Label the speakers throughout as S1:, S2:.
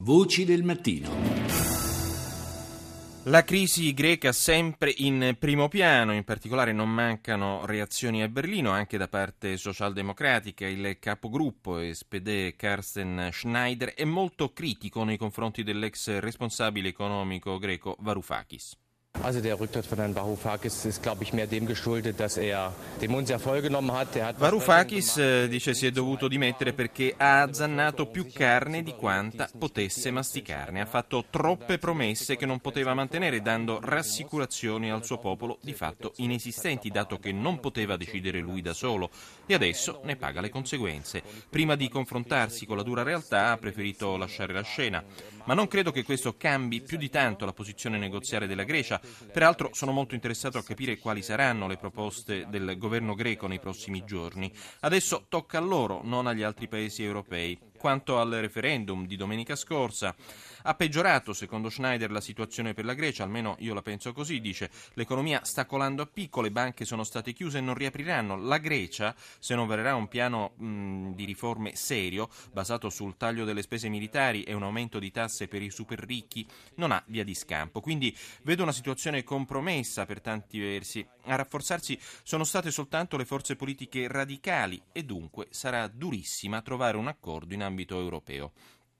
S1: Voci del mattino.
S2: La crisi greca sempre in primo piano, in particolare non mancano reazioni a Berlino anche da parte socialdemocratica. Il capogruppo SPD Carsten Schneider è molto critico nei confronti dell'ex responsabile economico greco Varoufakis.
S3: Also der Rücktritt von Herrn Varoufakis ist, glaube ich, mehr dem geschuldet, dass dem uns ja vorgenommen hat.
S2: Varoufakis dice si è dovuto dimettere perché ha azzannato più carne di quanta potesse masticarne. Ha fatto troppe promesse che non poteva mantenere, dando rassicurazioni al suo popolo di fatto inesistenti, dato che non poteva decidere lui da solo. E adesso ne paga le conseguenze. Prima di confrontarsi con la dura realtà ha preferito lasciare la scena. Ma non credo che questo cambi più di tanto la posizione negoziale della Grecia. Peraltro sono molto interessato a capire quali saranno le proposte del governo greco nei prossimi giorni. Adesso tocca a loro, non agli altri paesi europei. Quanto al referendum di domenica scorsa, ha peggiorato, secondo Schneider, la situazione per la Grecia, almeno io la penso così, dice. L'economia sta colando a picco, le banche sono state chiuse e non riapriranno. La Grecia, se non varerà un piano di riforme serio, basato sul taglio delle spese militari e un aumento di tasse per i super ricchi, non ha via di scampo. Quindi vedo una situazione compromessa per tanti versi. A rafforzarsi sono state soltanto le forze politiche radicali e dunque sarà durissima trovare un accordo in ambito europeo.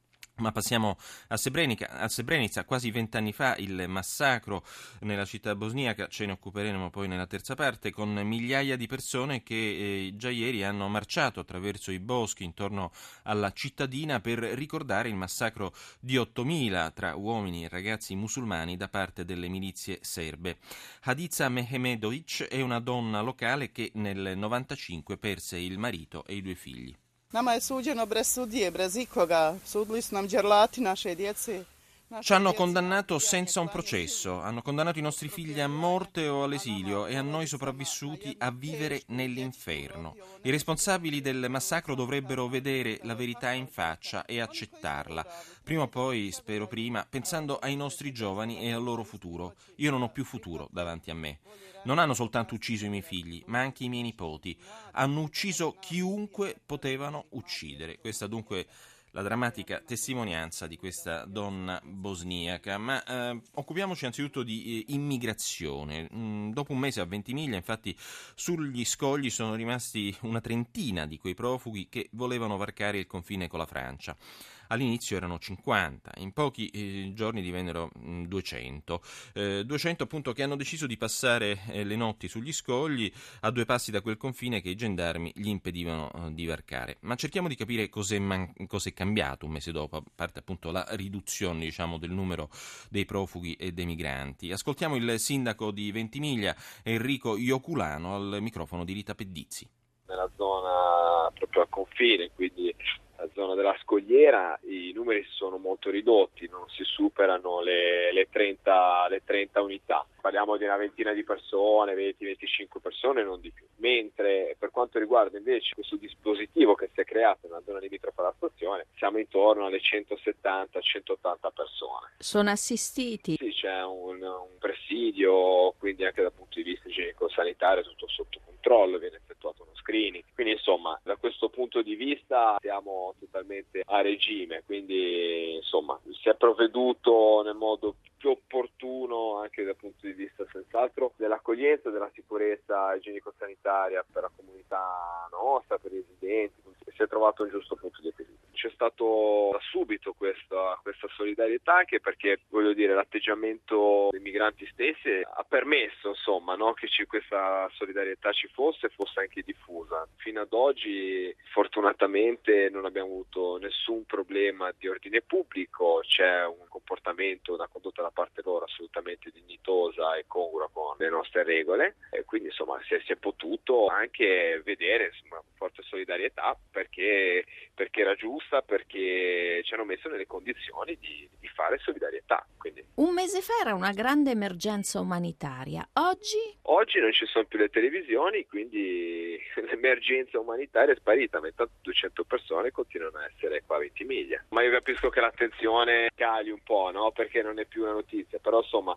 S2: Ma passiamo a Srebrenica, quasi 20 anni fa il massacro nella città bosniaca, ce ne occuperemo poi nella terza parte, con migliaia di persone che già ieri hanno marciato attraverso i boschi intorno alla cittadina per ricordare il massacro di 8.000 tra uomini e ragazzi musulmani da parte delle milizie serbe. Hadiza Mehmedovic è una donna locale che nel 95 perse il marito e i 2 figli.
S4: Nama je suđeno bez sudije, bez ikoga. Sudili su nam đerlati naše djece.
S2: Ci hanno condannato senza un processo, hanno condannato i nostri figli a morte o all'esilio e a noi sopravvissuti a vivere nell'inferno. I responsabili del massacro dovrebbero vedere la verità in faccia e accettarla. Prima o poi, spero prima, pensando ai nostri giovani e al loro futuro. Io non ho più futuro davanti a me. Non hanno soltanto ucciso i miei figli, ma anche i miei nipoti. Hanno ucciso chiunque potevano uccidere. Questa dunque la drammatica testimonianza di questa donna bosniaca. Ma occupiamoci anzitutto di immigrazione. Dopo un mese a Ventimiglia, infatti, sugli scogli sono rimasti una trentina di quei profughi che volevano varcare il confine con la Francia. All'inizio erano 50, in pochi giorni divennero 200. 200 appunto che hanno deciso di passare le notti sugli scogli a 2 passi da quel confine che i gendarmi gli impedivano di varcare. Ma cerchiamo di capire cos'è cambiato un mese dopo, a parte appunto la riduzione, diciamo, del numero dei profughi e dei migranti. Ascoltiamo il sindaco di Ventimiglia, Enrico Ioculano, al microfono di Rita Pedizzi.
S5: Nella zona proprio a confine, quindi la zona della scogliera, i numeri sono molto ridotti, non si superano le 30 unità. Parliamo di una ventina di persone, 20-25 persone, non di più. Mentre per quanto riguarda invece questo dispositivo che si è creato nella zona limitrofa alla stazione, siamo intorno alle 170-180 persone.
S6: Sono assistiti?
S5: Sì, c'è un presidio, quindi anche dal punto di vista igienico-sanitario tutto sotto controllo, viene effettuato uno screening. Quindi insomma, da questo punto di vista siamo totalmente a regime, quindi insomma si è provveduto nel modo più opportuno anche dal punto di vista senz'altro dell'accoglienza, della sicurezza igienico-sanitaria per la comunità nostra, per i residenti, si è trovato un giusto punto di equilibrio. C'è stato da subito questa solidarietà, anche perché voglio dire l'atteggiamento dei migranti stessi ha permesso insomma che questa solidarietà ci fosse anche diffusa. Fino ad oggi fortunatamente non abbiamo avuto nessun problema di ordine pubblico, c'è un comportamento, una condotta da parte loro assolutamente dignitosa e congrua con le nostre regole e quindi insomma si è potuto anche vedere insomma forte solidarietà perché era giusta, perché ci hanno messo nelle condizioni di fare solidarietà. Quindi.
S6: Un mese fa era una grande emergenza umanitaria, oggi
S5: non ci sono più le televisioni, quindi l'emergenza umanitaria è sparita, metà 200 persone continuano a essere qua a Ventimiglia. Ma io capisco che l'attenzione cali un po', no? Perché non è più una notizia, però insomma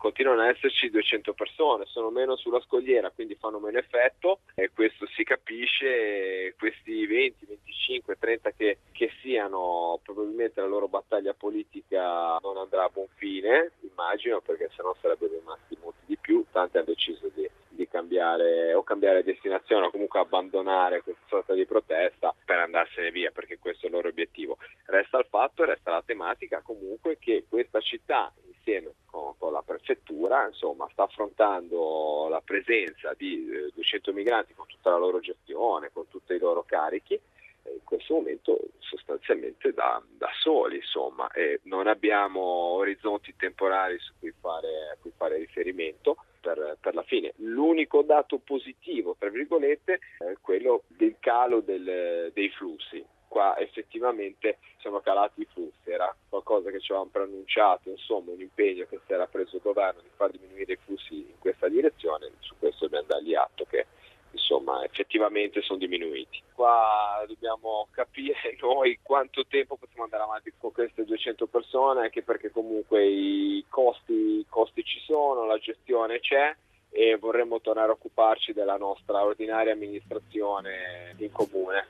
S5: continuano ad esserci 200 persone, sono meno sulla scogliera, quindi fanno meno effetto, e questo si capisce. Questi 20, 25, 30 che siano, probabilmente la loro battaglia politica non andrà a buon fine, immagino, perché sennò sarebbero rimasti molti di più. Tanti hanno deciso di cambiare destinazione o comunque abbandonare questa sorta di protesta per andarsene via, perché questo è il loro obiettivo. Resta il fatto e resta la tematica comunque che questa città, insieme con la prefettura, insomma, sta affrontando la presenza di 200 migranti con tutta la loro gestione, con tutti i loro carichi, in questo momento sostanzialmente da soli, insomma, e non abbiamo orizzonti temporali su cui fare riferimento per la fine. L'unico dato positivo, tra virgolette, è quello del calo dei flussi. Qua effettivamente sono calati i flussi, era qualcosa che ci avevamo preannunciato, insomma un impegno che si era preso il governo di far diminuire i flussi in questa direzione. Su questo dobbiamo dargli atto che insomma effettivamente sono diminuiti. Qua dobbiamo capire noi quanto tempo possiamo andare avanti con queste 200 persone, anche perché comunque i costi ci sono, la gestione c'è, e vorremmo tornare a occuparci della nostra ordinaria amministrazione in comune.